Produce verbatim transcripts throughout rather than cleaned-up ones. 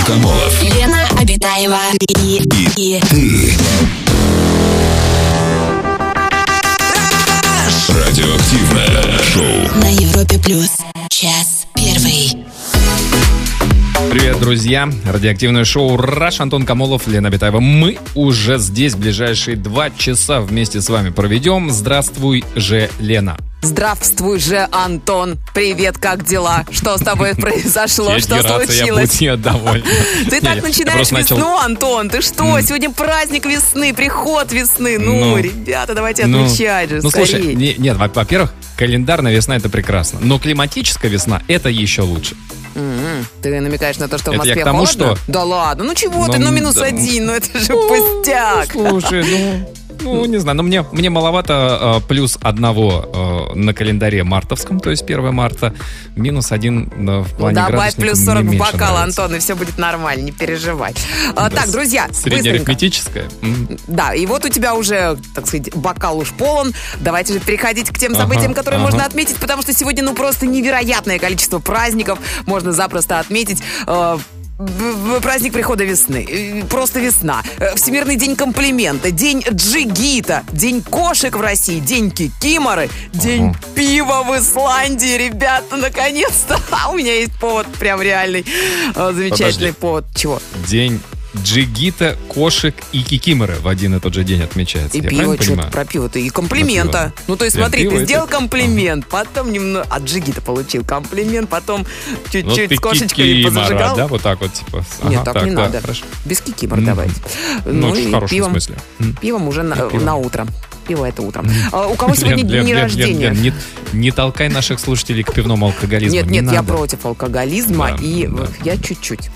Камолов, Лена Обитаева и, и, и ты. Радиоактивное шоу на Европе Плюс. Час первый. Привет, друзья! Радиоактивное шоу «Раш», Антон Камолов, Лена Обитаева. Мы уже здесь ближайшие два часа вместе с вами проведем. Здравствуй же, Лена. Здравствуй же, Антон. Привет, как дела? Что с тобой произошло? Что случилось? Я доволен. Ты так начинаешь весну, Антон. Ты что? Сегодня праздник весны, приход весны. Ну, ребята, давайте отмечать же. Ну, слушай, нет, во-первых, календарная весна — это прекрасно. Но климатическая весна — это еще лучше. Mm-hmm. Ты намекаешь на то, что в Москве это я к тому, холодно? Что... Да ладно, ну чего ну, ты, ну минус да. один, ну это же пустяк. Слушай, ну... Ну, не знаю, но мне, мне маловато э, плюс одного э, на календаре мартовском, то есть первое марта, минус один э, в плане ну, добавь градусников. плюс сорок в бокал, нравится. Антон, и все будет нормально, не переживай. А, да, так, друзья, среднеарифметическое. Mm. Да, и вот у тебя уже, так сказать, бокал уж полон. Давайте же переходить к тем событиям, ага, которые ага. можно отметить, потому что сегодня, ну, просто невероятное количество праздников можно запросто отметить. Э, Праздник прихода весны. Просто весна. Всемирный день комплимента. День джигита. День кошек в России. День кикиморы. День uh-huh. пива в Исландии. Ребята, наконец-то. У меня есть повод, прям реальный. Замечательный Подожди. повод. Чего? День джигита, кошек и кикиморы в один и тот же день отмечается. И Я пиво, что-то про пиво-то, и комплимента. Ну, то есть, Прям смотри, ты сделал это... комплимент, ага. потом немного от джигита получил комплимент, потом чуть-чуть ну, с кошечкой позажигал. Да, вот так вот, типа. Нет, ага, так, так не да, надо. Хорошо. Без кикимор mm. давайте. Ну, ну и в хорошем пивом, смысле. Пивом уже на, пивом. на утро. Пиво это утром. А, у кого сегодня день Лен, рождения? Лен, Лен, не, не толкай наших слушателей к пивному алкоголизму. Нет, не нет, надо. я против алкоголизма, да, и да. я чуть-чуть.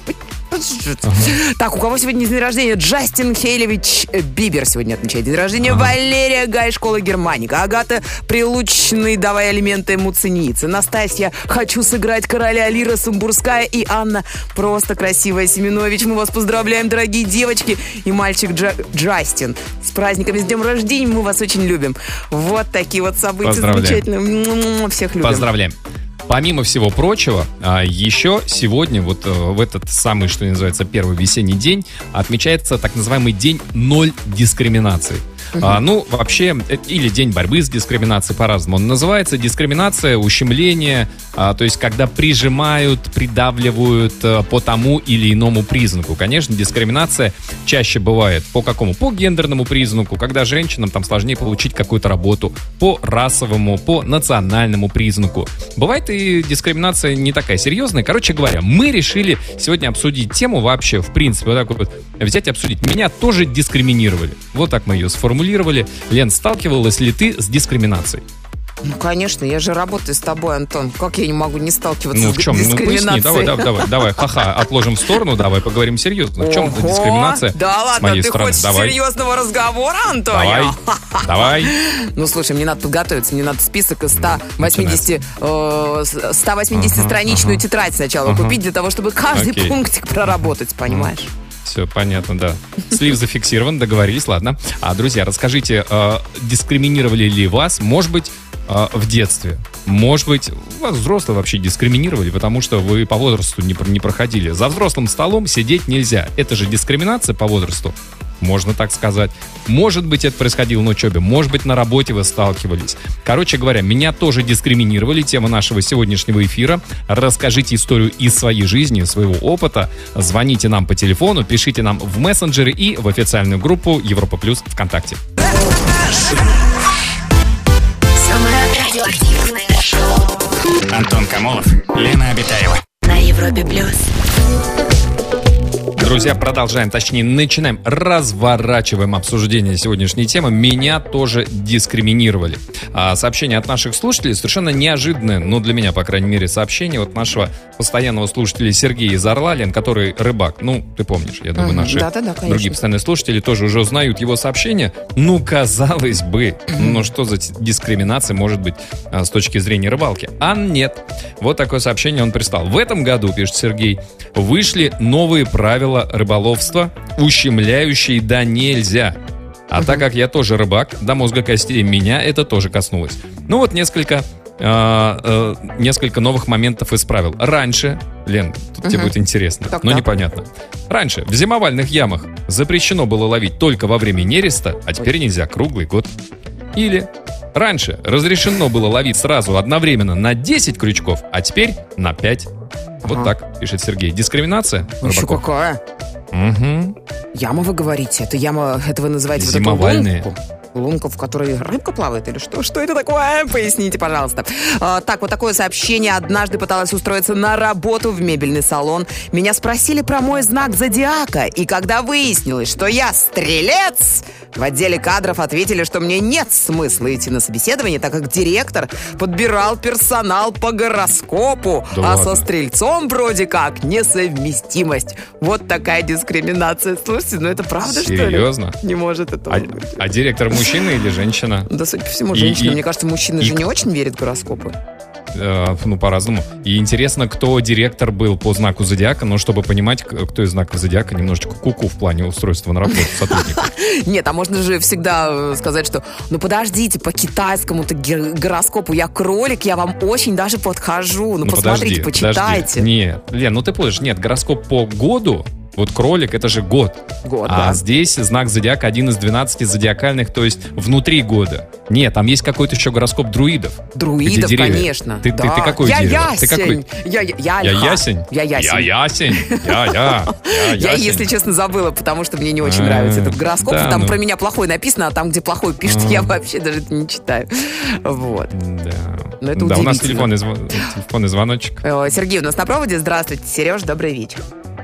Ага. Так, у кого сегодня день рождения? Джастин Хейлевич Бибер сегодня отмечает день рождения. Ага. Валерия Гай, школа Германика. Агата Прилучный, давай алименты ему цениться. Настасья, хочу сыграть короля Лира Сумбурская. И Анна, просто красивая Семенович. Мы вас поздравляем, дорогие девочки. И мальчик Джа- Джастин. С праздниками, с днем рождения. Мы вас очень любим. Вот такие вот события замечательные. Всех любим. Поздравляем. Помимо всего прочего, еще сегодня, вот в этот самый, что называется, первый весенний день, отмечается так называемый день ноль дискриминации. Uh-huh. А, ну, вообще, или день борьбы с дискриминацией, по-разному он называется. Дискриминация, ущемление, а, то есть когда прижимают, придавливают а, по тому или иному признаку. Конечно, дискриминация чаще бывает по какому? По гендерному признаку, когда женщинам там сложнее получить какую-то работу, по расовому, по национальному признаку. Бывает и дискриминация не такая серьезная. Короче говоря, мы решили сегодня обсудить тему вообще, в принципе, вот так вот взять и обсудить. Меня тоже дискриминировали. Вот так мы ее сформулировали. Лен, сталкивалась ли ты с дискриминацией? Ну, конечно, я же работаю с тобой, Антон. Как я не могу не сталкиваться ну, с в чем? дискриминацией? Ну, поясни, давай, давай, давай, давай, ха-ха, отложим в сторону, давай поговорим серьезно. В чем Ого, дискриминация да ладно, с моей ты стороны? хочешь Давай. серьезного разговора, Антон? Давай, давай. Ну, слушай, мне надо подготовиться, мне надо список из сто восемьдесят, э, сто восемьдесят ага, страничную ага. тетрадь сначала ага. купить, для того, чтобы каждый Окей. пунктик проработать, понимаешь? Все понятно, да. Слив зафиксирован, договорились, ладно. А, друзья, расскажите, э, дискриминировали ли вас, может быть, э, в детстве? Может быть, вас взрослые вообще дискриминировали, потому что вы по возрасту не, не проходили. За взрослым столом сидеть нельзя. Это же дискриминация по возрасту. Можно так сказать. Может быть, это происходило на учебе, может быть, на работе вы сталкивались. Короче говоря, меня тоже дискриминировали. Тема нашего сегодняшнего эфира. Расскажите историю из своей жизни, своего опыта. Звоните нам по телефону, пишите нам в мессенджеры и в официальную группу Европа Плюс ВКонтакте. Антон Камолов, Лена Обитаева. На Европе Плюс. Друзья, продолжаем, точнее, начинаем, разворачиваем обсуждение сегодняшней темы. Меня тоже дискриминировали. А сообщение от наших слушателей совершенно неожиданное, ну, для меня, по крайней мере, сообщение от нашего постоянного слушателя Сергея из Орла, который рыбак. Ну, ты помнишь, я думаю, наши да, да, да, другие постоянные слушатели тоже уже узнают его сообщение. Ну, казалось бы, ну, что за дискриминация может быть а, с точки зрения рыбалки? А нет. Вот такое сообщение он прислал. В этом году, пишет Сергей, вышли новые правила рыболовства, ущемляющие да нельзя. А так как я тоже рыбак, до мозга костей меня это тоже коснулось. Ну вот несколько а, а, несколько новых моментов исправил. Раньше, Лен, тут угу. тебе будет интересно, так, но так. непонятно. Раньше в зимовальных ямах запрещено было ловить только во время нереста, а теперь нельзя круглый год. Или раньше разрешено было ловить сразу одновременно на десять крючков, а теперь на пять. Вот ага. так, пишет Сергей. Дискриминация? Еще рыбаков? какая? Угу. Яма, вы говорите? Это яма, это вы называете зимовальные. Вот эту лунку? Лунка, в которой рыбка плавает или что? Что это такое? Поясните, пожалуйста. А, так, вот такое сообщение. Однажды пыталась устроиться на работу в мебельный салон. Меня спросили про мой знак зодиака. И когда выяснилось, что я стрелец, в отделе кадров ответили, что мне нет смысла идти на собеседование, так как директор подбирал персонал по гороскопу, да а ладно. со стрельцом вроде как несовместимость. Вот такая дискриминация. Слушайте, ну это правда, что ли? Серьезно? Не может это А, быть. а директор мужчина или женщина? Да, судя по всему, И- женщина. и- Мне кажется, мужчины и- же не очень верят в гороскопы. Э, ну, по-разному. И интересно, кто директор был по знаку зодиака, но чтобы понимать, к- кто из знаков зодиака немножечко куку в плане устройства на работу сотрудника. Нет, а можно же всегда э, сказать, что ну подождите, по китайскому-то гер- гороскопу я кролик, я вам очень даже подхожу. Ну, Ну, посмотрите, подожди, почитайте. подожди. Нет, Лен, ну ты путаешь. Нет, гороскоп по году, вот кролик, это же год. Год, А да. здесь знак зодиака один из двенадцати зодиакальных, то есть внутри года. Нет, там есть какой-то еще гороскоп друидов. Друидов, Где деревья. конечно. Ты, да. ты, ты какое я дерево? Ясень. Ты какой? Я, я, я, Я ольха. ясень? Я ясень. Я ясень. Я, я. Я, Я, ясень. если честно, забыла, потому что мне не очень А, нравится этот гороскоп. да, там ну. про меня плохое написано, а там, где плохое пишут, А. я вообще даже это не читаю. Вот. Да. Ну, это да, у нас удивительно. телефонный, зв- телефонный звоночек. Э, Сергей у нас на проводе. Здравствуйте, Сереж, добрый вечер.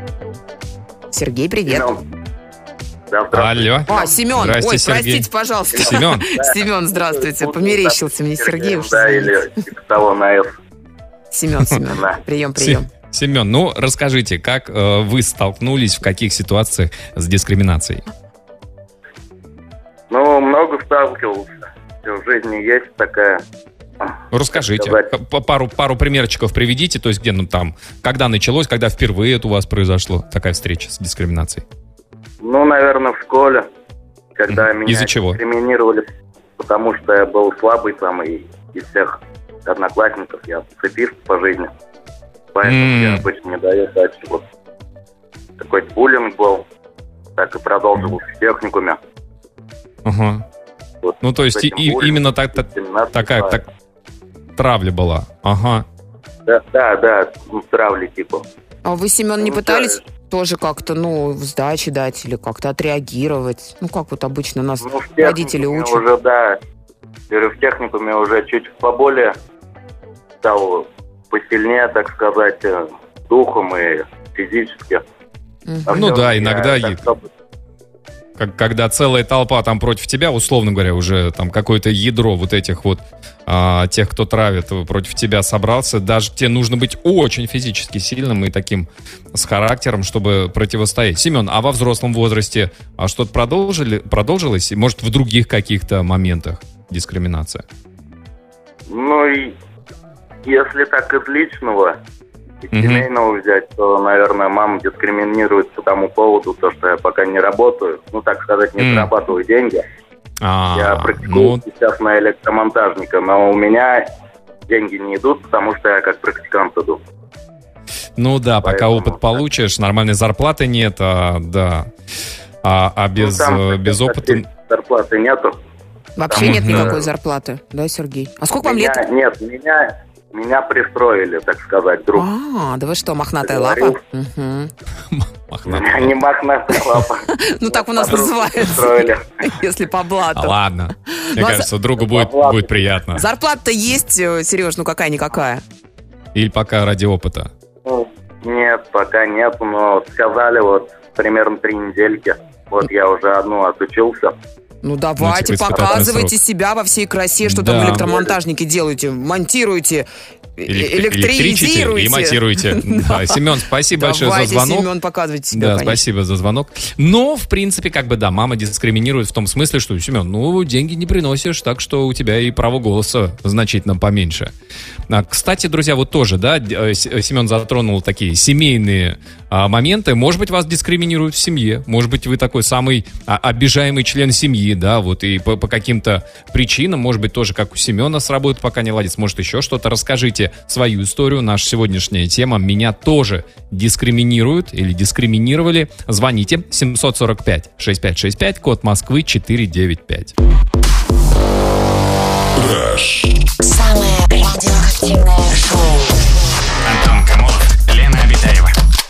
Сергей, привет. Да, здравствуйте. Алло. А, Семен, Здрасте, ой, Сергей. простите, пожалуйста. Семен. Семен, здравствуйте. Померещился мне Сергей. уж Да, извините. или типа того на F. Семен, Семен. Да. Прием, прием. Семен, ну расскажите, как э, вы столкнулись, в каких ситуациях с дискриминацией? Ну, много сталкивался. В жизни есть такая... Ну, расскажите, Сказать. П- пару, пару примерчиков приведите, то есть где, ну там, когда началось, когда впервые это у вас произошло, такая встреча с дискриминацией? Ну, наверное, в школе, когда Мгм. меня Из-за чего? дискриминировали, потому что я был слабый самый из всех одноклассников. Я пацифист по жизни. Поэтому М. я обычно не даю дальше. Вот какой-то буллинг был. Так и продолжилось в техникуме. Ага. Вот Ну, то есть с и, этим и- буллингом, именно так, так- дискриминацией, такая да. так, травля была. Ага. Да, да, да, ну, травли типа. А вы, Семен, не Ну, пытались да. тоже как-то, ну, сдачи дать или как-то отреагировать? Ну, как вот обычно нас Ну, в родители техникуме учат. уже, да. Говорю, в техникуме уже чуть поболее стал посильнее, так сказать, э, духом и физически. Мгм. А Ну всё, да, я иногда так, и- чтобы- Как, когда целая толпа там против тебя, условно говоря, уже там какое-то ядро вот этих вот а, тех, кто травит, против тебя собрался, даже тебе нужно быть очень физически сильным и таким с характером, чтобы противостоять. Семен, а во взрослом возрасте а что-то продолжили, продолжилось? Может, в других каких-то моментах дискриминация? Ну, и если так из личного, из Мгм. семейного взять, то, наверное, мама дискриминирует по тому поводу, то, что я пока не работаю. Ну, так сказать, не М. зарабатываю деньги. А, Я практикую ну, сейчас на электромонтажника, но у меня деньги не идут, потому что я как практикант иду. ну да, пока Поэтому, опыт да. получишь, нормальной зарплаты нет, а, да. А, а без, Ну, там, э, без кстати, опыта... зарплаты нету. Вообще Потому нет что- никакой зарплаты, да, Сергей? А сколько вам Меня- лет? Нет, меня, меня пристроили, так сказать, друг. А, да вы что, мохнатая Договорился. лапа? Мгм. Мохнатый. Не мохнатая лапа. Ну, так у нас Подругу называется, пристроили. если по А блату. ладно. Мне Ну, а кажется, другу будет, Ладно. будет приятно. Зарплата-то есть, э, Сереж, ну какая-никакая. Или пока ради опыта. Ну, нет, пока нет, но сказали вот примерно три недельки. Вот я уже одну отучился. Ну давайте, типа, испытательный показывайте срок. себя во всей красе, что Да. там электромонтажники делаете, монтируете. электричите и монтируйте. Да, Семен, спасибо большое за звонок. Семен, показывайте себя, Да, конечно. спасибо за звонок. Но, в принципе, как бы, да, мама дискриминирует в том смысле, что, Семен, ну, деньги не приносишь, так что у тебя и право голоса значительно поменьше. А, кстати, друзья, вот тоже, да, Семен затронул такие семейные а, моменты. Может быть, вас дискриминируют в семье. Может быть, вы такой самый а, обижаемый член семьи, да, вот, и по, по каким-то причинам, может быть, тоже как у Семена с работы пока не ладится, может, еще что-то. Расскажите свою историю. Наша сегодняшняя тема: меня тоже дискриминируют или дискриминировали. Звоните семь сорок пять шестьдесят пять шестьдесят пять, код Москвы четыреста девяносто пять. Самое радиоактивное шоу. Антон Камолов, Лена Обитаева.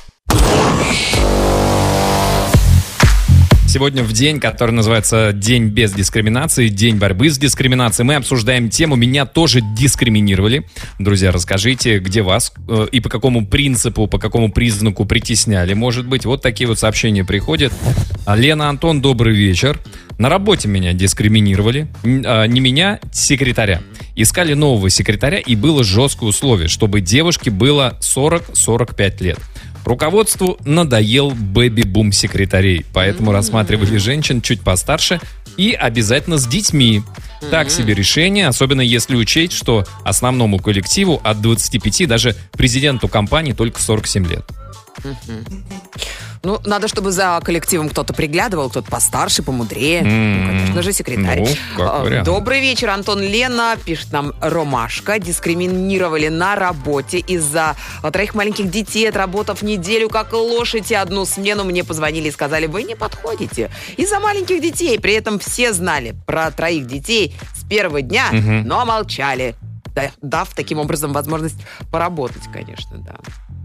Сегодня в день, который называется «День без дискриминации», День борьбы с дискриминацией, мы обсуждаем тему «Меня тоже дискриминировали». Друзья, расскажите, где вас э, и по какому принципу, по какому признаку притесняли, может быть. Вот такие вот сообщения приходят. Лена, Антон, добрый вечер. На работе меня дискриминировали. Н- не меня, секретаря. Искали нового секретаря, и было жесткое условие, чтобы девушке было сорок сорок пять лет. Руководству надоел бэби-бум секретарей, поэтому mm-hmm. рассматривали женщин чуть постарше и обязательно с детьми. Mm-hmm. Так себе решение, особенно если учесть, что основному коллективу от двадцати пяти, даже президенту компании только сорок семь лет. Mm-hmm. Ну, надо, чтобы за коллективом кто-то приглядывал, кто-то постарше, помудрее. Mm-hmm. Ну, конечно же, секретарь. Ну, как вариант. Добрый вечер, Антон, Лена. Пишет нам Ромашка. Дискриминировали на работе из-за троих маленьких детей, отработав неделю как лошадь и одну смену. Мне позвонили и сказали: вы не подходите. Из-за маленьких детей. При этом все знали про троих детей с первого дня, mm-hmm. но молчали, дав таким образом возможность поработать, конечно, да.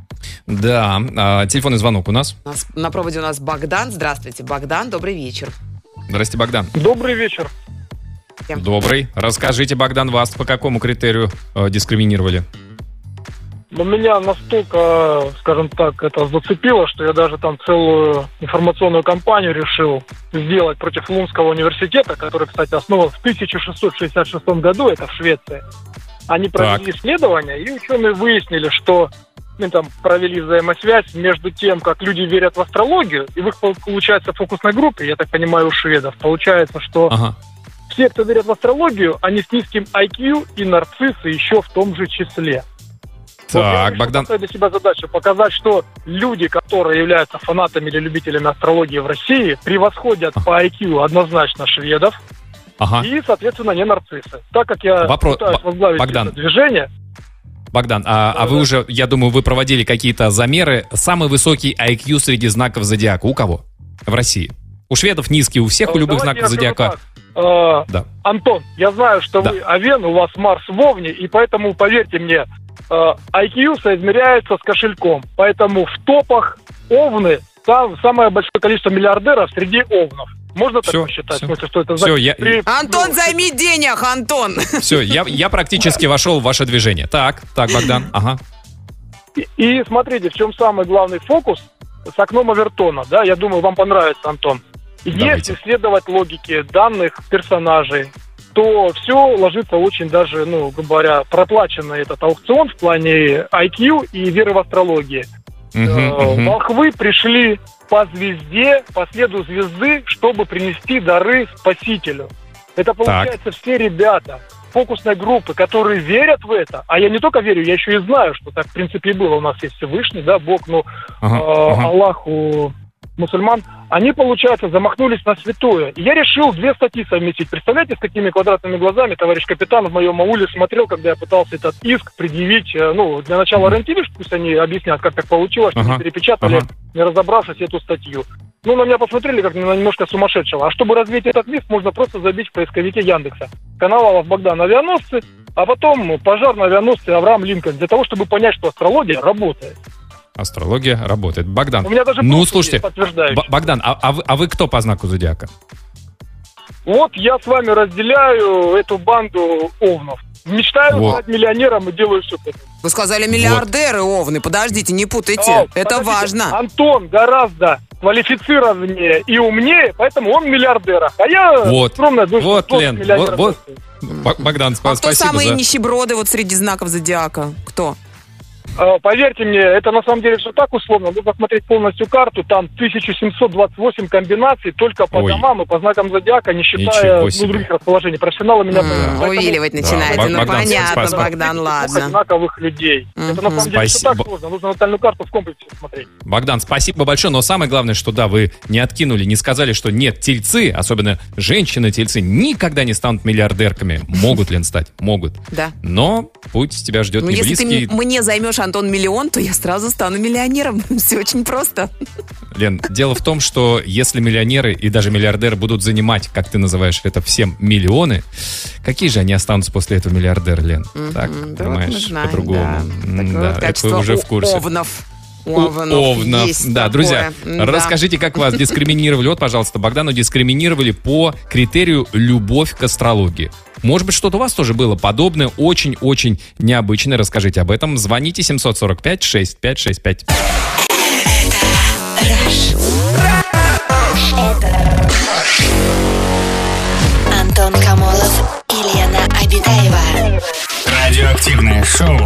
Да, а, телефонный звонок у нас. у нас. На проводе у нас Богдан. Здравствуйте, Богдан, добрый вечер. Здрасте, Богдан. Добрый вечер. Всем. Добрый. Расскажите, Богдан, вас по какому критерию э, дискриминировали? Но меня настолько, скажем так, это зацепило, что я даже там целую информационную кампанию решил сделать против Лунского университета, который, кстати, основан в тысяча шестьсот шестьдесят шестом году, это в Швеции. Они провели так. исследования, и ученые выяснили, что мы там провели взаимосвязь между тем, как люди верят в астрологию, и в их, получается, фокусной группе, я так понимаю, у шведов, получается, что ага. все, кто верят в астрологию, они с низким ай кью и нарциссы еще в том же числе. Так, вот Богдан... для себя задача показать, что люди, которые являются фанатами или любителями астрологии в России, превосходят по ай кью однозначно шведов, ага. и, соответственно, не нарциссы. Так как я Вопрос... пытаюсь возглавить Богдан. это движение... Богдан, а, да, а вы да. уже, я думаю, вы проводили какие-то замеры. Самый высокий ай кью среди знаков зодиака у кого в России? У шведов низкий, у всех, у любых Давайте знаков зодиака. Э, да. Антон, я знаю, что да. вы Овен, у вас Марс в Овне, и поэтому, поверьте мне, э, ай кью соизмеряется с кошельком. Поэтому в топах Овны там самое большое количество миллиардеров среди Овнов. Можно все, так посчитать? Все, Смысле, что это все я... При... Антон, займи денег, Антон! Все, я, я практически вошел в ваше движение. Так, так, Богдан, ага. И, и смотрите, в чем самый главный фокус с окном Овертона, да, я думаю, вам понравится, Антон. Давайте. Если следовать логике данных персонажей, то все ложится очень даже, ну, грубо говоря, проплаченный этот аукцион в плане ай кью и веры в астрологии. Uh-huh, uh-huh. Волхвы пришли по звезде, по следу звезды, чтобы принести дары Спасителю. Это получается так. Все ребята фокусной группы, которые верят в это, а я не только верю, я еще и знаю, что так в принципе и было. У нас есть Всевышний, да, Бог, ну, uh-huh, э, uh-huh. Аллах у мусульман, они, получается, замахнулись на святое. И я решил две статьи совместить. Представляете, с какими квадратными глазами товарищ капитан в моем ауле смотрел, когда я пытался этот иск предъявить, ну, для начала РЕН-ТВ, пусть они объяснят, как так получилось, что uh-huh. не перепечатали, uh-huh. не разобравшись эту статью. Ну, на меня посмотрели, как на немножко сумасшедшего. А чтобы развеять этот миф, можно просто забить в поисковике Яндекса. Коновалов Богдан авианосцы, а потом пожар на авианосце Авраам Линкольн, для того, чтобы понять, что астрология работает. Астрология работает. Богдан, у меня даже ну, слушайте, Б- Богдан, а, а, вы, а вы кто по знаку зодиака? Вот я с вами разделяю эту банду овнов. Мечтаю вот. стать миллионером и делаю все это. Вы сказали миллиардеры, вот. Овны. Подождите, не путайте. О, это подождите. Важно. Антон гораздо квалифицированнее и умнее, поэтому он в миллиардерах. А я вот. скромно думаю, вот, Лен, вот, вот, Богдан, А спасибо кто самые за... нищеброды вот среди знаков зодиака? Кто? Поверьте мне, это на самом деле все так условно. Нужно смотреть полностью карту. Там тысяча семьсот двадцать восемь комбинаций только по Ой. домам и по знакам зодиака, не считая Ничего ну, себе. других расположений. Профессионалы меня М, понимают. Увиливать начинаете. Да, Ну, Богдан, понятно, спасибо. Богдан, ладно. Знаковых людей. Это на самом деле все Спасибо. так сложно. Нужно натальную карту в комплексе смотреть. Богдан, спасибо большое, но самое главное, что да, вы не откинули, не сказали, что нет, тельцы, особенно женщины-тельцы, никогда не станут миллиардерками. Могут ли стать? Могут. Да. Но путь тебя ждет Ну, не если близкий. ты м- мне займешь, Антон, миллион, то я сразу стану миллионером. Все очень просто. Лен, дело в том, что если миллионеры и даже миллиардеры будут занимать, как ты называешь это, всем миллионы, какие же они останутся после этого миллиардера, Лен? Так, Мгм, да, понимаешь, вот мы знаем, по-другому. да. М, Такое да, вот это вы качество уже у в курсе. Овнов. У Овнов. Овнов. Есть Да, такое. друзья, Да. расскажите, как вас дискриминировали. Вот, пожалуйста, Богдану дискриминировали по критерию «любовь к астрологии». Может быть, что-то у вас тоже было подобное, очень-очень необычное. Расскажите об этом. Звоните семьсот сорок пять шестьдесят пять шестьдесят пять. Антон Камолов и Лена Обитаева. Радиоактивное шоу.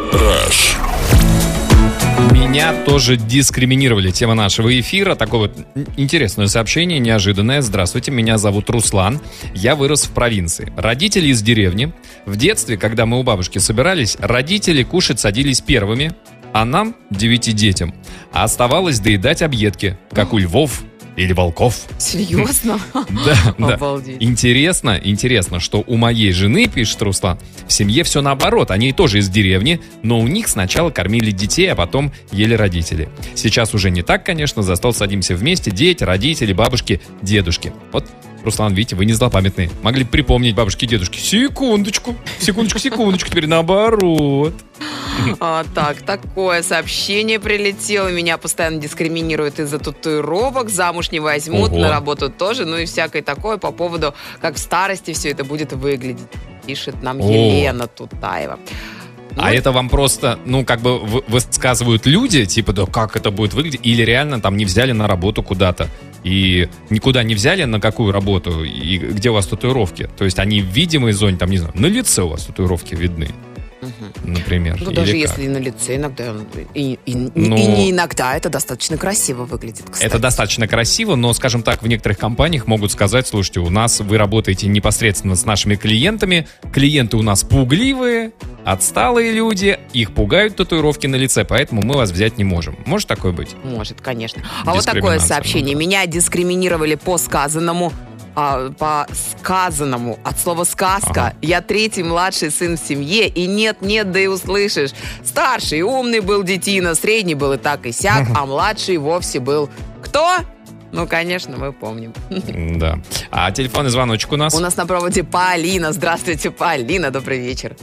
Меня тоже дискриминировали. Тема нашего эфира. Такое вот интересное сообщение, неожиданное. Здравствуйте, меня зовут Руслан. Я вырос в провинции. Родители из деревни. В детстве, когда мы у бабушки собирались, родители кушать садились первыми, а нам, девяти детям, оставалось доедать объедки, как у львов или волков. Серьезно? Да, да. Обалдеть. Интересно, интересно, что у моей жены, пишет Руслан, в семье все наоборот. Они тоже из деревни, но у них сначала кормили детей, а потом ели родители. Сейчас уже не так, конечно, за стол садимся вместе, дети, родители, бабушки, дедушки. Вот, Руслан, видите, вы не злопамятные. Могли бы припомнить бабушки и дедушки. Секундочку, секундочку, секундочку, теперь наоборот. А, так, такое сообщение прилетело. Меня постоянно дискриминируют из-за татуировок. Замуж не возьмут, Ого. на работу тоже. Ну и всякое такое по поводу, как в старости все это будет выглядеть. Пишет нам О. Елена Тутаева. А это вам просто, ну, как бы вы- высказывают люди, типа, да как это будет выглядеть, или реально там не взяли на работу куда-то, и никуда не взяли на какую работу, и где у вас татуировки? То есть они в видимой зоне, там, не знаю, на лице у вас татуировки видны, например. Ну, или даже как? если на лице иногда, и, и- и Ну, не иногда, это достаточно красиво выглядит, кстати. Это достаточно красиво, но, скажем так, в некоторых компаниях могут сказать, слушайте, у нас вы работаете непосредственно с нашими клиентами, клиенты у нас пугливые, отсталые люди, их пугают татуировки на лице, поэтому мы вас взять не можем. Может такое быть? Может, конечно. А вот такое Дискриминация, сообщение. ну да. Меня дискриминировали по сказанному. а, по сказанному, от слова сказка. Ага. Я третий младший сын в семье, и нет-нет, да и услышишь. Старший умный был детина, средний был и так и сяк, а младший вовсе был кто? Ну, конечно, мы помним. Да. А телефонный звоночек у нас? У нас на проводе Полина. Здравствуйте, Полина, добрый вечер.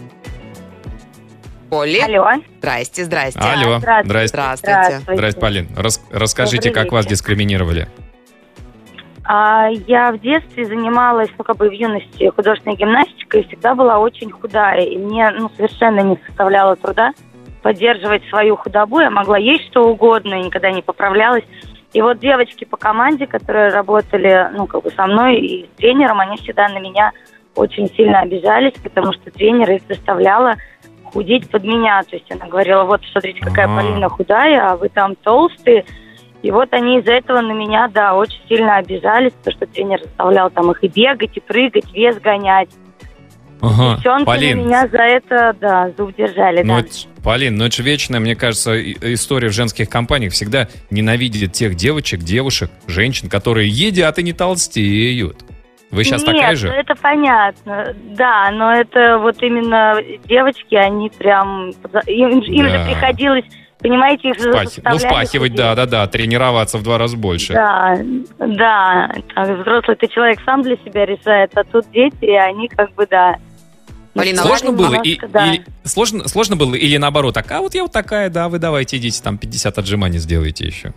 Поли? Алло. Здрасте, здрасте. Алло. Здравствуйте. Здрасте. Здравствуйте. Здрасте, Полин. Рас- расскажите, Добрый как вас вечер. дискриминировали? А, я в детстве занималась, ну, как бы в юности художественной гимнастикой и всегда была очень худая. И мне, ну, совершенно не составляло труда поддерживать свою худобу. Я могла есть что угодно и никогда не поправлялась. И вот девочки по команде, которые работали, ну, как бы со мной и с тренером, они всегда на меня очень сильно обижались, потому что тренер их заставляла худеть под меня. То есть она говорила, вот, смотрите, какая Ага. Полина худая, а вы там толстые. И вот они из-за этого на меня, да, очень сильно обижались, потому что тренер заставлял там их и бегать, и прыгать, вес гонять. Ага. Девчонки Полин, на меня за это, да, заудержали, ну да. это, Полин, ну это же вечная, мне кажется, и- история в женских компаниях. Всегда ненавидят тех девочек, девушек, женщин, которые едят и не толстеют. Вы сейчас Нет, такая ну же? это понятно, да, но это вот именно девочки, они прям, им, им Да. же приходилось, понимаете, их Впахи- Ну, заставляли впахивать, худеть. да-да-да, тренироваться в два раза больше. Да, да, так, взрослый ты человек сам для себя решает, а тут дети, и они как бы, да. Полина, Сложно Ну, было? немножко, И, да. или- сложно, сложно было или наоборот, так, а вот я вот такая, да, вы давайте идите, там пятьдесят отжиманий сделайте еще.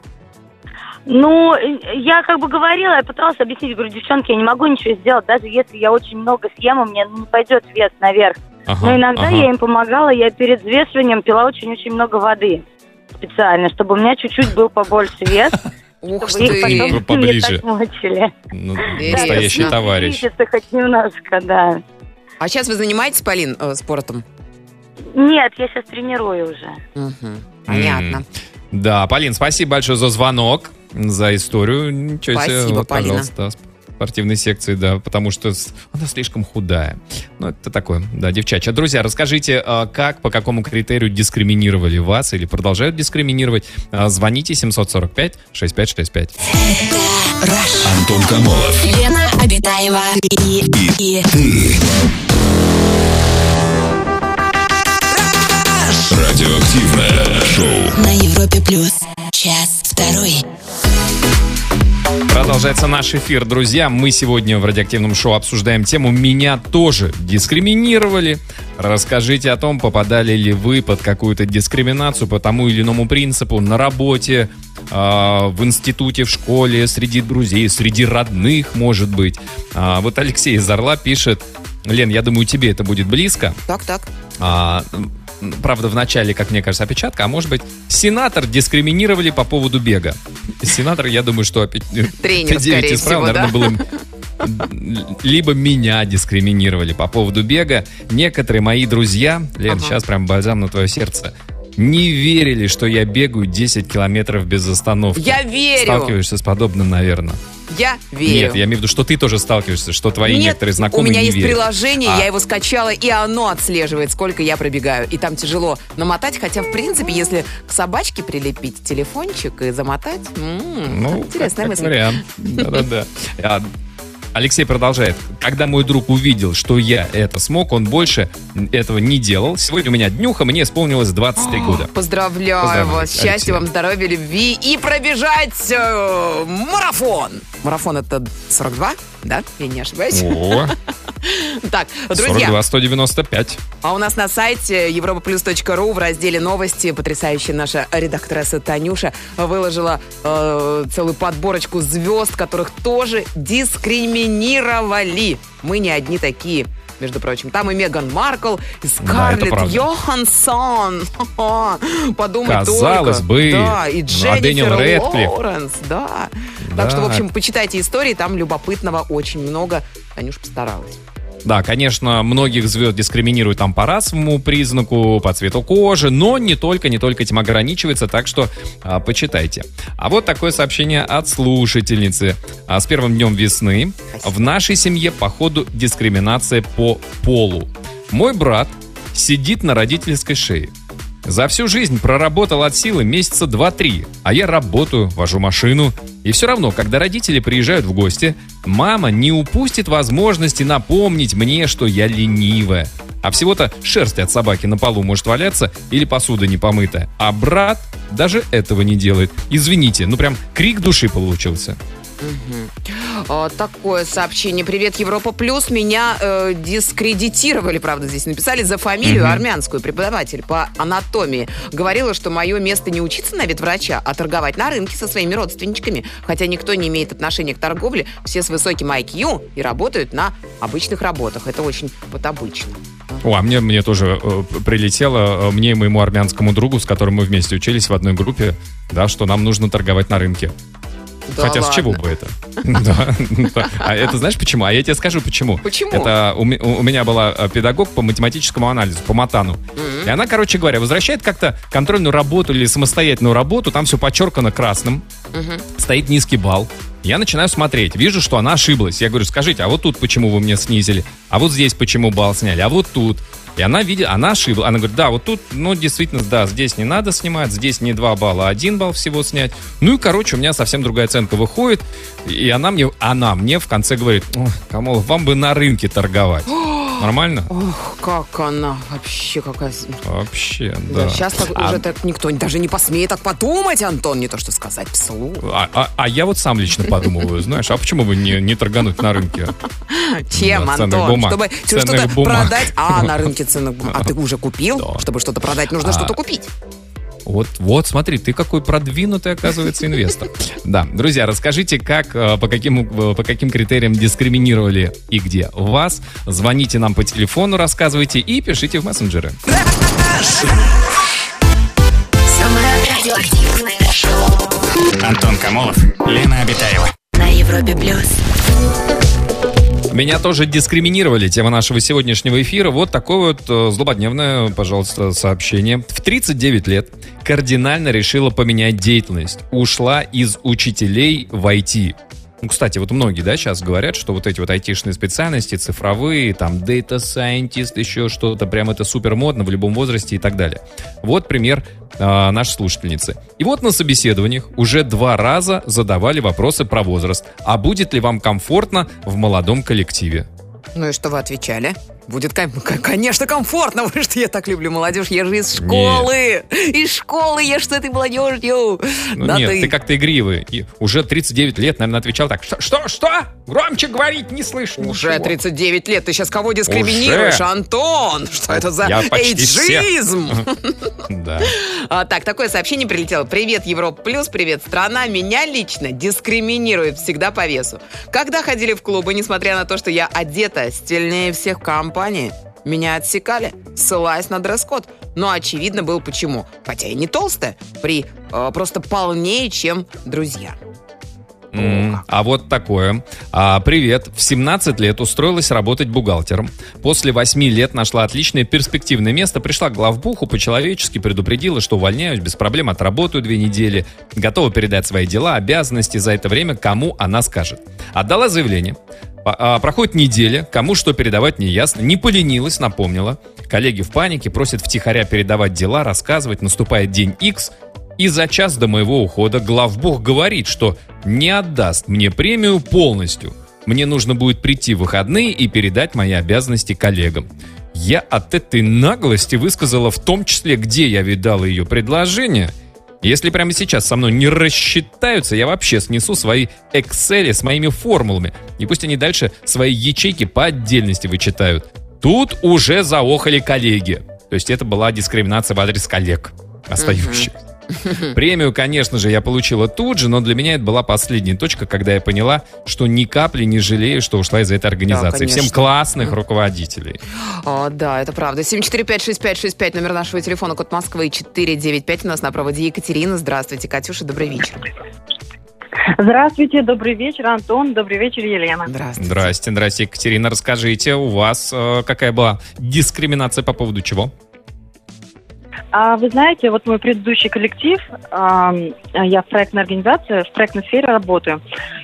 Ну, я как бы говорила, я пыталась объяснить, говорю, девчонки, я не могу ничего сделать, даже если я очень много съем, у меня не пойдет вес наверх. Ага, Но иногда ага. я им помогала, я перед взвешиванием пила очень-очень много воды специально, чтобы у меня чуть-чуть был побольше вес, Ух чтобы их ты. потом не Поближе. так мочили. Ну, Интересно. настоящий товарищ. Видите, хоть немножко, да. А сейчас вы занимаетесь, Полин, э, спортом? Нет, я сейчас тренирую уже. Угу. Понятно. М. Да, Полин, спасибо большое за звонок, за историю. Ничего себе. Спасибо, Вот, Полина. пожалуйста, спортивной секции, да, потому что с- она слишком худая. Ну, это такое, да, девчачья. Друзья, расскажите, а, как, по какому критерию дискриминировали вас или продолжают дискриминировать. А, Звоните семь сорок пять шестьдесят пять шестьдесят пять. Антон Камолов. Лена Обитаева и, и, Радиоактивное шоу. на Европе плюс. Час второй. Продолжается наш эфир, друзья. Мы сегодня в радиоактивном шоу обсуждаем тему «Меня тоже дискриминировали». Расскажите о том, попадали ли вы под какую-то дискриминацию по тому или иному принципу на работе, э, в институте, в школе, среди друзей, среди родных, может быть. А, вот Алексей из Орла пишет: Лен, я думаю, тебе это будет близко. Так, так. А, правда, в начале, как мне кажется, опечатка, а может быть, сенатор дискриминировали по поводу бега. Сенатор, я думаю, что опять Тренер, девять скорее исправил, всего, наверное, да? было либо меня дискриминировали по поводу бега. Некоторые мои друзья, Лен, Ага. сейчас прям бальзам на твое сердце, не верили, что я бегаю десять километров без остановки. Я верю. Сталкиваешься с подобным, наверное. Я верю. Нет, я имею в виду, что ты тоже сталкиваешься, что твои Нет, некоторые у знакомые меня не есть верят. приложение, А. я его скачала, и оно отслеживает, сколько я пробегаю. И там тяжело намотать, хотя, в принципе, если к собачке прилепить телефончик и замотать, м-м, Ну, интересная как, мысль. как вариант. Да-да-да. А, Алексей продолжает. Когда мой друг увидел, что я это смог, он больше этого не делал. Сегодня у меня днюха, мне исполнилось двадцать три года. Поздравляю Поздравляю, вас. Алексей. Счастья вам, здоровья, любви и пробежать э, марафон. Марафон это сорок два, да? Я не ошибаюсь. О, Так, сорок друзья, два сто девяносто пять. а у нас на сайте европа плюс точка ру в разделе новости потрясающая наша редакторесса Танюша выложила э, целую подборочку звезд, которых тоже дискриминировали. Мы не одни такие. Между прочим, там и Меган Маркл, и Скарлетт правда. Йоханссон. Подумай Казалось только. бы. Да, и Ну, а Дэниел Дженнифер Рэдклифф? Лоуренс, да. Да. Так что, в общем, почитайте истории, там любопытного очень много. Танюша постаралась. Да, конечно, многих звезд дискриминируют там по расовому признаку, по цвету кожи, но не только, не только этим ограничивается, так что а, почитайте. А вот такое сообщение от слушательницы. А, с первым днем весны в нашей семье, походу, дискриминация по полу. Мой брат сидит на родительской шее. За всю жизнь проработал от силы месяца два-три, а я работаю, вожу машину. И все равно, когда родители приезжают в гости, мама не упустит возможности напомнить мне, что я ленивая. А всего-то шерсть от собаки на полу может валяться или посуда не помытая. А брат даже этого не делает. Извините, ну прям крик души получился. А, такое сообщение. Привет, Европа Плюс. Меня э, дискредитировали, правда, здесь написали, за фамилию Мгм. армянскую. Преподаватель по анатомии говорила, что мое место не учиться на ветврача, а торговать на рынке со своими родственничками. Хотя никто не имеет отношения к торговле, все с высоким ай кью и работают на обычных работах. Это очень вот обычно. О, а мне, мне тоже э, прилетело, э, мне и моему армянскому другу, с которым мы вместе учились в одной группе, да, что нам нужно торговать на рынке. Да Хотя с ладно. чего бы это? Да. А это знаешь почему? А я тебе скажу почему. Почему? Это у ме- у меня была э, педагог по математическому анализу, по матану. И она, короче говоря, возвращает как-то контрольную работу или самостоятельную работу, там все подчеркано красным, стоит низкий балл. Я начинаю смотреть, вижу, что она ошиблась. Я говорю, скажите, а вот тут почему вы мне снизили? А вот здесь почему балл сняли? А вот тут? И она видит, она ошиблась. Она говорит, да, вот тут, ну, действительно, да, здесь не надо снимать, здесь не два балла, а один балл всего снять. Ну и, короче, у меня совсем другая оценка выходит. И она мне, она мне в конце говорит, ой, Камолов, вам бы на рынке торговать. Нормально? Ох, как она вообще какая... Вообще, Да, да. сейчас так А- уже так никто даже не посмеет так подумать, Антон, не то что сказать вслух. А, а- а я вот сам лично подумываю, знаешь, а почему бы не, не торгануть на рынке? Чем, Да, ценных Антон? бумаг. Чтобы тебе Ценных что-то бумаг. продать. А, на рынке ценных бумаг. А ты уже купил? Да. Чтобы что-то продать, нужно А. что-то купить. Вот, вот, смотри, ты какой продвинутый, оказывается, инвестор. Да, друзья, расскажите, как, э, по каким, э, по каким критериям дискриминировали и где вас. Звоните нам по телефону, рассказывайте и пишите в мессенджеры. Самое радиоактивное шоу Антон Камолов, Лена Обитаева. на Европе плюс. Меня тоже дискриминировали. Тема нашего сегодняшнего эфира. Вот такое вот э, злободневное, пожалуйста, сообщение. В тридцать девять лет кардинально решила поменять деятельность. Ушла из учителей в ай ти. Ну, кстати, вот многие, да, сейчас говорят, что вот эти вот айтишные специальности, цифровые, там, data scientist, еще что-то, прям это супер модно в любом возрасте и так далее. Вот пример э, нашей слушательницы. И вот на собеседованиях уже два раза задавали вопросы про возраст. А будет ли вам комфортно в молодом коллективе? Ну и что вы отвечали? Будет, конечно, комфортно, потому что я так люблю молодежь. Я же из школы. Нет. Из школы я ж с этой молодежью. Ну, да, нет, ты... ты как-то игривый. И уже тридцать девять лет, наверное, отвечал так. Что? Что? Что? Громче говорить не слышно. Уже ничего. тридцать девять лет. Ты сейчас кого дискриминируешь, уже? Антон? Что это за эйджизм? Да. Так, такое сообщение прилетело. Привет, Европа Плюс, привет, страна. Меня лично дискриминирует всегда по весу. Когда ходили в клубы, несмотря на то, что я одета стильнее всех в компании, меня отсекали, ссылаясь на дресс-код. Но очевидно было почему. Хотя и не толстая, при э, просто полнее, чем друзья. Mm, а вот такое. А, привет. В семнадцать лет устроилась работать бухгалтером. После восьми лет нашла отличное перспективное место. Пришла к главбуху, по-человечески предупредила, что увольняюсь, без проблем отработаю две недели. Готова передать свои дела, обязанности за это время, кому она скажет. Отдала заявление. Проходит неделя, кому что передавать не ясно. Не поленилась, напомнила. Коллеги в панике, просят втихаря передавать дела, рассказывать. Наступает день X. И за час до моего ухода главбух говорит, что не отдаст мне премию полностью. Мне нужно будет прийти в выходные и передать мои обязанности коллегам. Я от этой наглости высказала в том числе, где я видала ее предложение. Если прямо сейчас со мной не рассчитаются, я вообще снесу свои Excel с моими формулами. И пусть они дальше свои ячейки по отдельности вычитают. Тут уже заохали коллеги. То есть это была дискриминация в адрес коллег остающихся. Премию, конечно же, я получила тут же, но для меня это была последняя точка, когда я поняла, что ни капли не жалею, что ушла из этой организации. Да, всем классных руководителей. О, да, это правда. семь четыре пять шесть пять шесть пять, номер нашего телефона, код Москвы четыре девять пять. У нас на проводе Екатерина. Здравствуйте, Катюша, добрый вечер. Здравствуйте, добрый вечер, Антон, добрый вечер, Елена. Здравствуйте. Здрасте, здрасте, Екатерина. Расскажите, у вас э, какая была дискриминация по поводу чего? А вы знаете, вот мой предыдущий коллектив, я в проектной организации, в проектной сфере работаю.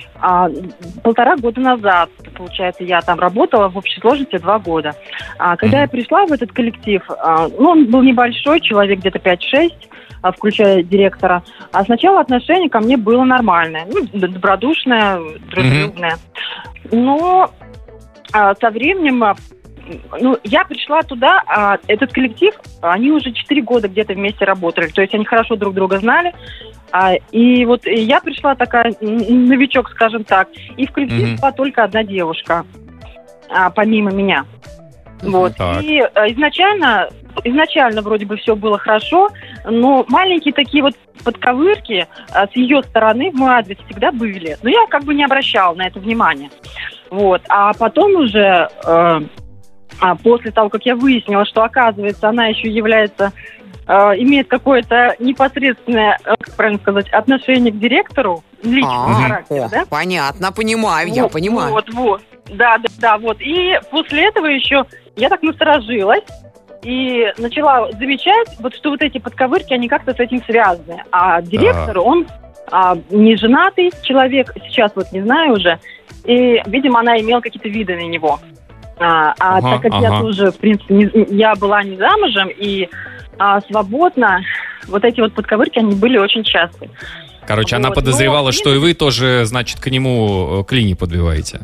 Полтора года назад, получается, я там работала в общей сложности два года. Когда mm-hmm. я пришла в этот коллектив, ну, он был небольшой, человек где-то пять-шесть, включая директора. А сначала отношение ко мне было нормальное, ну, добродушное, дружелюбное. Mm-hmm. Но со временем... Ну, я пришла туда, а этот коллектив, они уже четыре года где-то вместе работали, то есть они хорошо друг друга знали, а, и вот я пришла такая, новичок, скажем так, и в коллектив mm-hmm. была только одна девушка, а, помимо меня. Вот. Mm-hmm. И а, изначально, изначально вроде бы все было хорошо, но маленькие такие вот подковырки а, с ее стороны в мой адрес всегда были, но я как бы не обращала на это внимания. Вот. А потом уже... А, А после того, как я выяснила, что, оказывается, она еще является, э, имеет какое-то непосредственное, как правильно сказать, отношение к директору, личного характера, да? Понятно, понимаю, вот, я понимаю. Вот, вот, да, да, да, вот. И после этого еще я так насторожилась и начала замечать, вот, что вот эти подковырки, они как-то с этим связаны. А директор, А-а-а. он а, не женатый человек, сейчас вот не знаю уже, и, видимо, она имела какие-то виды на него. А, а ага, так как ага. я тоже, в принципе, не, я была не замужем и а, свободна, вот эти вот подковырки, они были очень часто. Короче, вот. Она подозревала, Но, что и вы тоже, значит, к нему клини подбиваете.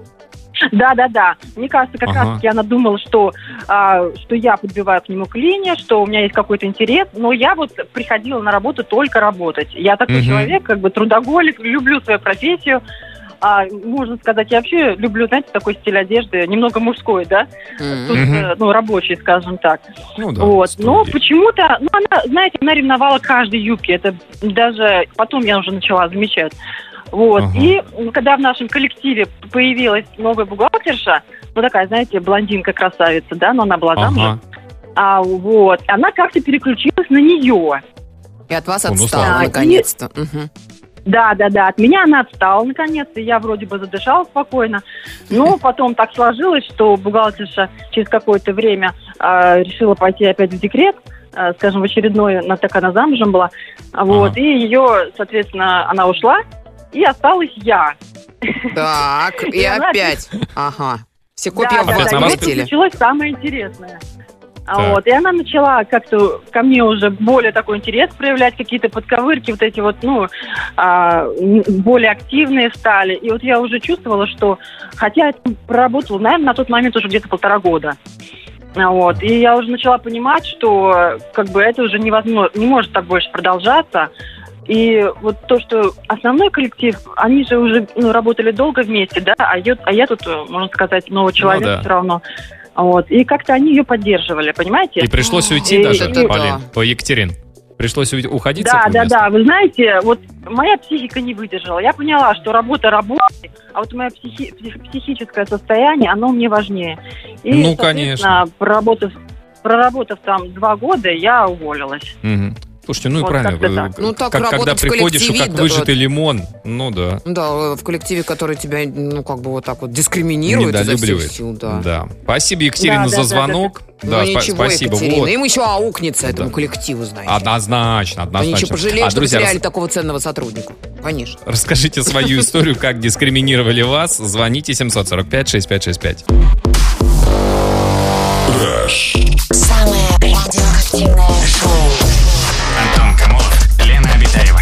Да-да-да. Мне кажется, как ага. раз-таки она думала, что, а, что я подбиваю к нему клини, что у меня есть какой-то интерес, но я вот приходила на работу только работать. Я такой угу. человек, как бы трудоголик, люблю свою профессию. А, можно сказать, я вообще люблю, знаете, такой стиль одежды, немного мужской, да, mm-hmm. Тут, ну, рабочий, скажем так. Ну, да, вот. Но почему-то, ну, она, знаете, она ревновала каждой юбке, это даже потом я уже начала замечать. Вот. Uh-huh. И когда в нашем коллективе появилась новая бухгалтерша, ну, такая, знаете, блондинка-красавица, да, но она была замужем, uh-huh. а, вот, она как-то переключилась на нее. И от вас отстала, наконец-то. И... Угу. Да, да, да. От меня она отстала, наконец-то. Я вроде бы задышала спокойно. Но потом так сложилось, что бухгалтерша через какое-то время э, решила пойти опять в декрет, э, скажем, в очередной, на, так она замужем была. Вот. Ага. И ее, соответственно, она ушла, и осталась я. Так, и опять. Ага. Все копья в вас полетели. Началось самое интересное. Вот, и она начала как-то ко мне уже более такой интерес проявлять, какие-то подковырки, вот эти вот, ну, а, более активные стали. И вот я уже чувствовала, что, хотя я проработала, наверное, на тот момент уже где-то полтора года. Вот, и я уже начала понимать, что как бы это уже невозможно, не может так больше продолжаться. И вот то, что основной коллектив, они же уже ну, работали долго вместе, да, а я, а я тут, можно сказать, новый человек ну, да. все равно. Вот. И как-то они ее поддерживали, понимаете? И пришлось уйти и, даже, и, Полин, по Екатерин. Пришлось уходить да, с этого Да, места. да, да. Вы знаете, вот моя психика не выдержала. Я поняла, что работа работает, а вот мое психи- психическое состояние, оно мне важнее. И, ну, конечно. Проработав, проработав там два года, я уволилась. Угу. Слушайте, ну вот и правильно. Ну, так как, когда приходишь, как да, выжатый вот, лимон, ну да. Да, в коллективе, который тебя, ну, как бы вот так вот дискриминирует изо всех сил. Да. да. Спасибо, Екатерина, да, за да, звонок. Да, да, да. Да, ну, ничего, спасибо. Екатерина. Вот. Им еще аукнется да. этому коллективу, знаете. Однозначно, однозначно. Они еще пожалеют, а, что друзья, потеряли рас... такого ценного сотрудника. Конечно. Расскажите свою историю, как дискриминировали вас. Звоните семьсот сорок пять шестьдесят пять шестьдесят пять. Самое радиоактивное шоу. Антон Камолов, Лена Обитаева.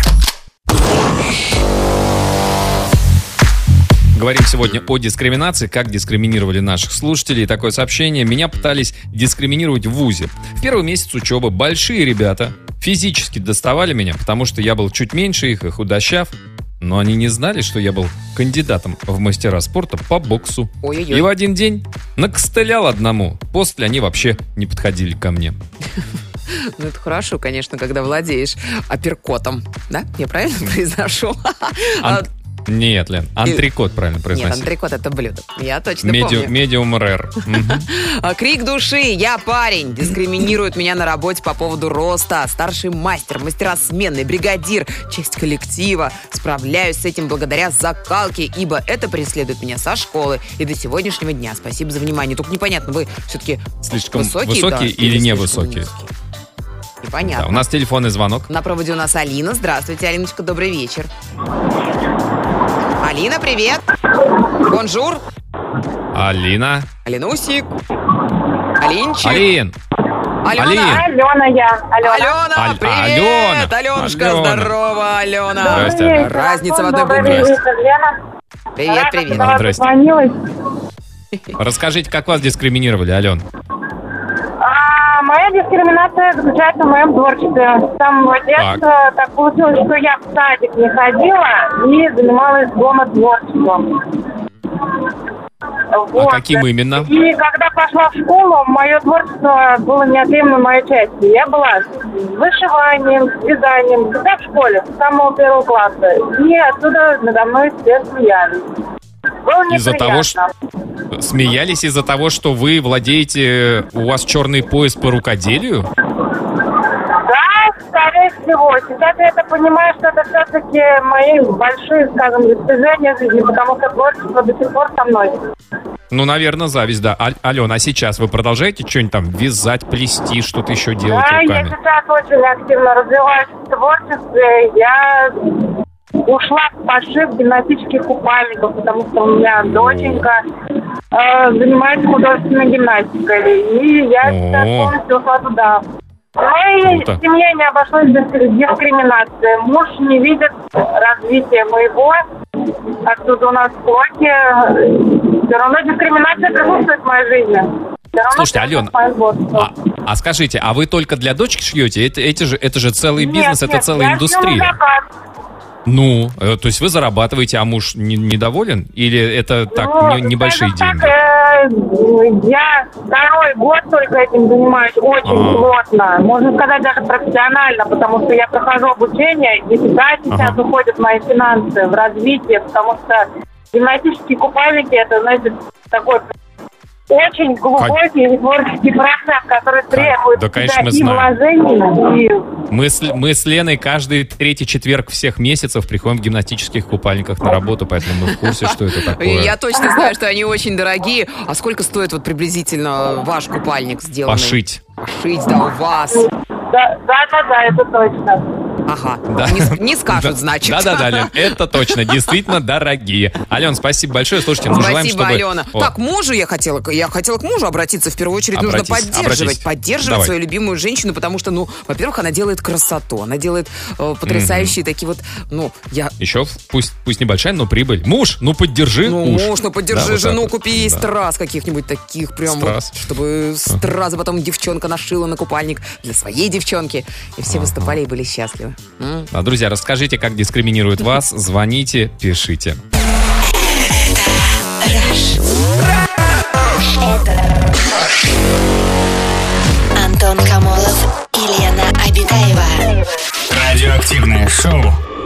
Говорим сегодня о дискриминации, как дискриминировали наших слушателей. Такое сообщение. Меня пытались дискриминировать в вузе. В первый месяц учебы большие ребята физически доставали меня, потому что я был чуть меньше их и худощав. Но они не знали, что я был кандидатом в мастера спорта по боксу. Ой-ой-ой. И в один день накостылял одному. После они вообще не подходили ко мне. Ну, это хорошо, конечно, когда владеешь апперкотом. Да? Я правильно произношу? Ан... Нет, Лен, антрикот правильно произносить. Нет, антрикот — это блюдо. Я точно Медиу... помню. Медиум рэр. Крик души. Я парень. Дискриминируют меня на работе по поводу роста. Старший мастер, мастера смены, бригадир, часть коллектива. Справляюсь с этим благодаря закалке, ибо это преследует меня со школы и до сегодняшнего дня. Спасибо за внимание. Только непонятно, вы все-таки слишком высокие, высокие да, или невысокие? Непонятно. Да, у нас телефонный звонок. На проводе у нас Алина. Здравствуйте, Алиночка, добрый вечер. Алина, привет. Бонжур. Алина. Алинусик. Алинчик. Алин. Алена. Алин. Алена я. Алена. Алена, Аль- привет. Алена. Аленушка, Алена. здорово, Алена. Здрасте. Разница в одной букве. Привет, привет. Здрасте. Позвонилась. Расскажите, как вас дискриминировали, Ален? А, моя дискриминация заключается в моем творчестве. С самого детства так. так получилось, что я в садик не ходила и занималась дома творчеством. Вот. А каким именно? И когда пошла в школу, мое творчество было неотъемлемой моей частью. Я была вышиванием, вязанием, всегда в школе, с самого первого класса. И оттуда надо мной все смеялись. Было Из-за того, что... Смеялись из-за того, что вы владеете... У вас черный пояс по рукоделию? Да, скорее всего. Сейчас я это понимаю, что это все-таки мои большие, скажем, достижения в жизни, потому что творчество до сих пор со мной. Ну, наверное, зависть, да. А- Алена, а сейчас вы продолжаете что-нибудь там вязать, плести, что-то еще делать да, руками? Да, я сейчас очень активно развиваюсь в творчестве. Я ушла в пошив гимнастических купальников, потому что у меня доченька э, занимается художественной гимнастикой. И я сейчас полностью ушла туда. В моей Круто. семье не обошлось без дискриминации. Муж не видит развития моего. Отсюда у нас склоки. Все равно дискриминация присутствует в моей жизни. Слушайте, Алена, а, а скажите, а вы только для дочки шьете? Это, это, же, это же целый нет, бизнес, нет, это целая я индустрия. заказ. Ну, э, то есть вы зарабатываете, а муж не, недоволен? Или это так, Ну, не, небольшие скажем деньги? Так, э, я второй год только этим занимаюсь очень А. плотно. Можно сказать, даже профессионально, потому что я прохожу обучение, и да, сейчас Ага. уходят мои финансы в развитие, потому что гимнастические купальники, это, знаете, такой очень глубокий и творческий процесс, который требует да, конечно, мы и вложений, и... Мы с, мы с Леной каждый третий четверг всех месяцев приходим в гимнастических купальниках на работу, поэтому мы в курсе, что это такое. Я точно знаю, что они очень дорогие. А сколько стоит вот приблизительно ваш купальник сделанный? Пошить. Пошить, да, у вас. Да, да, да, да, это точно. Ага, да. не, не скажут, значит. Да-да-да, Лен, это точно, действительно дорогие. Ален, спасибо большое, слушайте, ну желаем, Спасибо, чтобы... Алена. О. Так, мужу я хотела, я хотела к мужу обратиться. В первую очередь Обратись, нужно поддерживать, обратись. поддерживать Давай. свою любимую женщину, потому что, ну, во-первых, она делает красоту, она делает э, потрясающие mm-hmm. такие вот, ну, я... Еще пусть, пусть небольшая, но прибыль. Муж, ну поддержи Ну, уж. муж, ну поддержи да, жену, вот купи вот. ей да. страз каких-нибудь таких прям, Страз. вот, чтобы стразы потом девчонка нашила на купальник для своей девчонки. И все ага. выступали и были счастливы. М? А, друзья, расскажите, как дискриминируют вас. Звоните, пишите. Антон Камолов и Лена Обитаева. Радиоактивное шоу.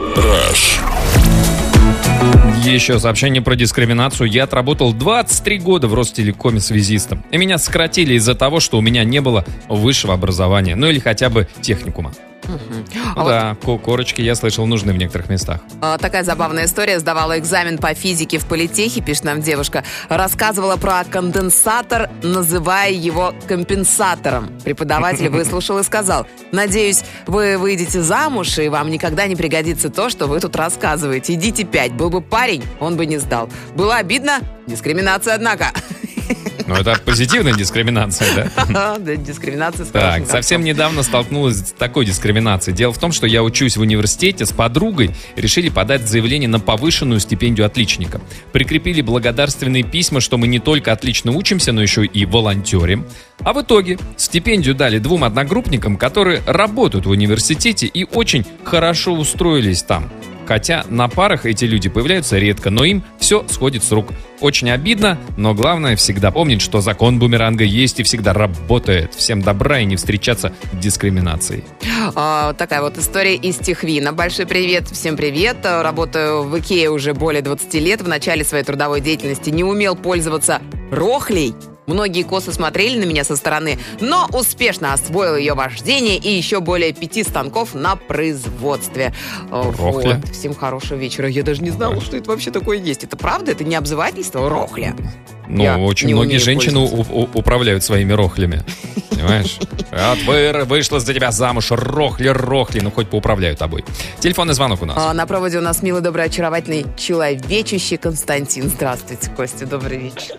Еще сообщение про дискриминацию. Я отработал двадцать три года в Ростелекоме связистом. И меня сократили из-за того, что у меня не было высшего образования. Ну или хотя бы техникума. Угу. Ну, а да, вот... корочки, я слышал, нужны в некоторых местах. А, такая забавная история. Сдавала экзамен по физике в политехе, пишет нам девушка. Рассказывала про конденсатор, называя его компенсатором. Преподаватель выслушал и сказал: надеюсь, вы выйдете замуж, и вам никогда не пригодится то, что вы тут рассказываете. Идите пять. Был бы парень, он бы не сдал. Было обидно? Дискриминация, однако. Ну, это позитивная дискриминация, да? Да, дискриминация. Так, совсем недавно столкнулась с такой дискриминацией. Дело в том, что я учусь в университете, с подругой решили подать заявление на повышенную стипендию отличника. Прикрепили благодарственные письма, что мы не только отлично учимся, но еще и волонтерим. А в итоге стипендию дали двум одногруппникам, которые работают в университете и очень хорошо устроились там. Хотя на парах эти люди появляются редко, но им все сходит с рук. Очень обидно, но главное всегда помнить, что закон бумеранга есть и всегда работает. Всем добра и не встречаться с дискриминацией. А, такая вот история из Тихвина. Большой привет, всем привет. Работаю в Икее уже более двадцати лет. В начале своей трудовой деятельности не умел пользоваться рохлей. Многие косо смотрели на меня со стороны, но успешно освоил ее вождение и еще более пяти станков на производстве. Рохля. Вот. Всем хорошего вечера. Я даже не знала, что это вообще такое есть. Это правда? Это не обзывательство? Рохля. Ну, Я очень многие женщины у- у- управляют своими рохлями. Понимаешь? Вот вы, вышла за тебя замуж, рохли, рохли. Ну, хоть поуправляют тобой. Телефонный звонок у нас. А, на проводе у нас милый, добрый, очаровательный, человечище Константин. Здравствуйте, Костя, добрый вечер.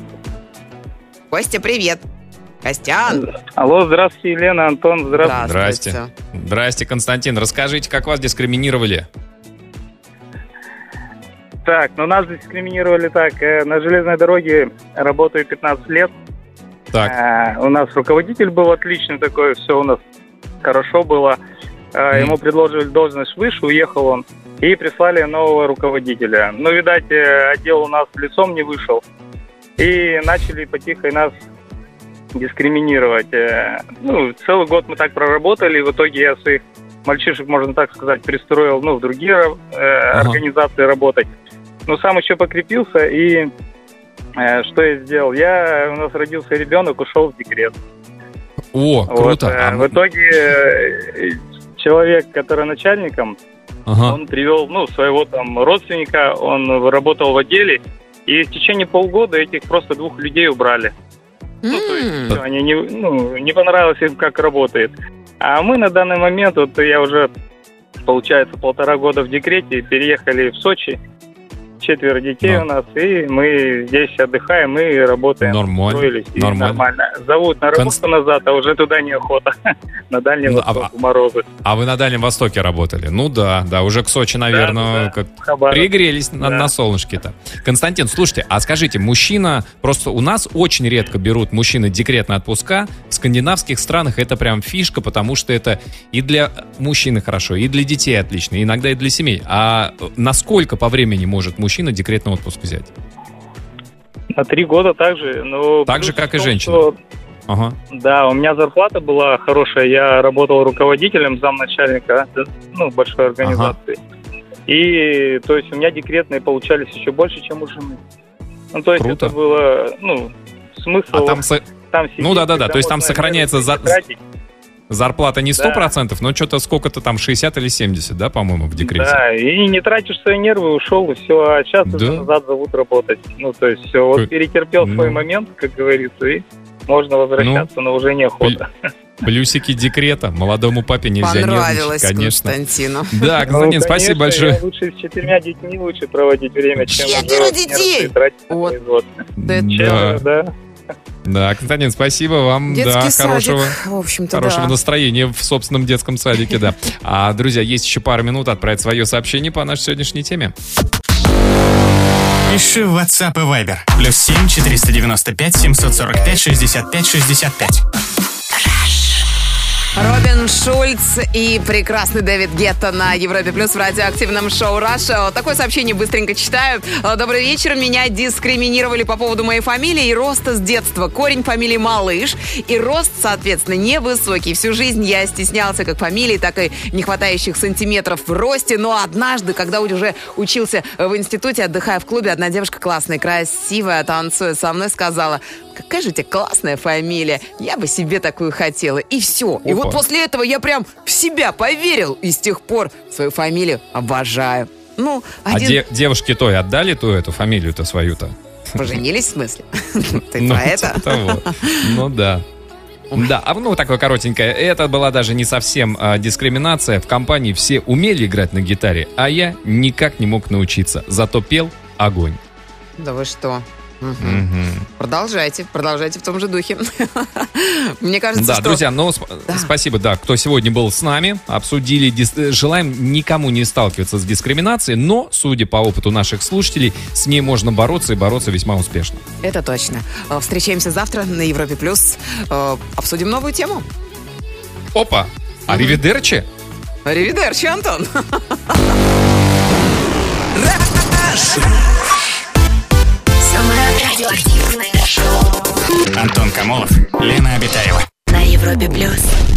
Костя, привет. Костян. Алло, здравствуйте, Елена, Антон, здравствуйте. Здрасте. Здрасте, Константин. Расскажите, как вас дискриминировали? Так, ну нас дискриминировали так. э, На железной дороге работаю пятнадцать лет. Так. Э, У нас руководитель был отличный такой, все у нас хорошо было. Э, Ему предложили должность выше, уехал он. И прислали нового руководителя. Ну, видать, э, отдел у нас лицом не вышел. И начали потихо нас дискриминировать. Э, Ну, целый год мы так проработали, и в итоге я своих мальчишек, можно так сказать, пристроил, ну, в другие э, Ага. организации работать. Но сам еще покрепился, и э, что я сделал? Я, у нас родился ребенок, ушел в декрет. О, Вот, круто. э, А В итоге э, человек, который начальником, Ага. он привел, ну, своего там родственника, он работал в отделе, и в течение полгода этих просто двух людей убрали. Ну, то есть, М. всё, они не, ну, не понравилось им, как работает. А мы на данный момент, вот я уже, получается, полтора года в декрете, переехали в Сочи, четверо детей Да. у нас, и мы здесь отдыхаем и работаем. Нормально, Устроились, и нормально. нормально. Зовут на работу Конс- назад, а уже туда неохота. На Дальний Ну, а- Восток, в морозы. А вы на Дальнем Востоке работали? Ну да, да, уже к Сочи, наверное, да. как Хабаровск. пригрелись на, Да. на солнышке-то. Константин, слушайте, а скажите, мужчина, просто у нас очень редко берут мужчины декретные отпуска. В скандинавских странах это прям фишка, потому что это и для мужчины хорошо, и для детей отлично, иногда и для семей. А насколько по времени может мужчина декретный отпуск взять? На три года также. Но Так же, плюс как и в том, женщина. что, Ага. Да, у меня зарплата была хорошая. Я работал руководителем, замначальника, да, ну, большой организации. И, то есть, у меня декретные получались еще больше, чем у жены. Ну, то есть, Круто. это было, ну, смысл... А там... Со... там сидеть, ну да-да-да, то есть там сохраняется... За... Зарплата не сто процентов, да. но что-то сколько-то там шестьдесят или семьдесят, да, по-моему, в декрете? Да, и не тратишь свои нервы, ушел, и все, а сейчас да. уже назад зовут работать. Ну, то есть все, вот перетерпел ну. свой момент, как говорится, и можно возвращаться, ну, но уже неохота. Плюсики декрета. Молодому папе нельзя нервничать, конечно. Константину. Да, Константин, ну, спасибо большое. Лучше с четырьмя детьми лучше проводить время, чем... Четверо детей! Вот. Да. Чем, да. Да, Константин, спасибо вам. Детский да, садик, хорошего, в общем-то, хорошего да. настроения в собственном детском садике, да. А, друзья, есть еще пару минут отправить свое сообщение по нашей сегодняшней теме. Пиши в WhatsApp и Viber. Плюс семь четыреста девяносто пять семьсот сорок пять шестьдесят пять шестьдесят пять. Робин Шульц и прекрасный Дэвид Гетта на Европе Плюс в радиоактивном шоу «Раша». Такое сообщение быстренько читаю. Добрый вечер. Меня дискриминировали по поводу моей фамилии и роста с детства. Корень фамилии Малыш. И рост, соответственно, невысокий. Всю жизнь я стеснялся как фамилии, так и не хватающих сантиметров в росте. Но однажды, когда уже учился в институте, отдыхая в клубе, одна девушка классная, красивая, танцуя со мной, сказала: какая же у тебя классная фамилия. Я бы себе такую хотела. И все. Опа. И вот после этого я прям в себя поверил. И с тех пор свою фамилию обожаю. Ну, один... А де- девушке той отдали ту эту фамилию-то свою-то? Поженились, в смысле? Ты про это? Ну да. Да, а ну такое коротенькое. Это была даже не совсем а, дискриминация. В компании все умели играть на гитаре, а я никак не мог научиться. Зато пел огонь. Да вы что? Угу. Угу. Продолжайте, продолжайте в том же духе. Мне кажется, да, что... Да, друзья, ну, сп- да. спасибо, да, кто сегодня был с нами, обсудили, дис- желаем никому не сталкиваться с дискриминацией, но, судя по опыту наших слушателей, с ней можно бороться и бороться весьма успешно. Это точно. Встречаемся завтра на Европе Плюс, обсудим новую тему. Опа, аривидерчи? Аривидерчи, Антон. Антон Камолов, Лена Обитаева. На Европе Плюс.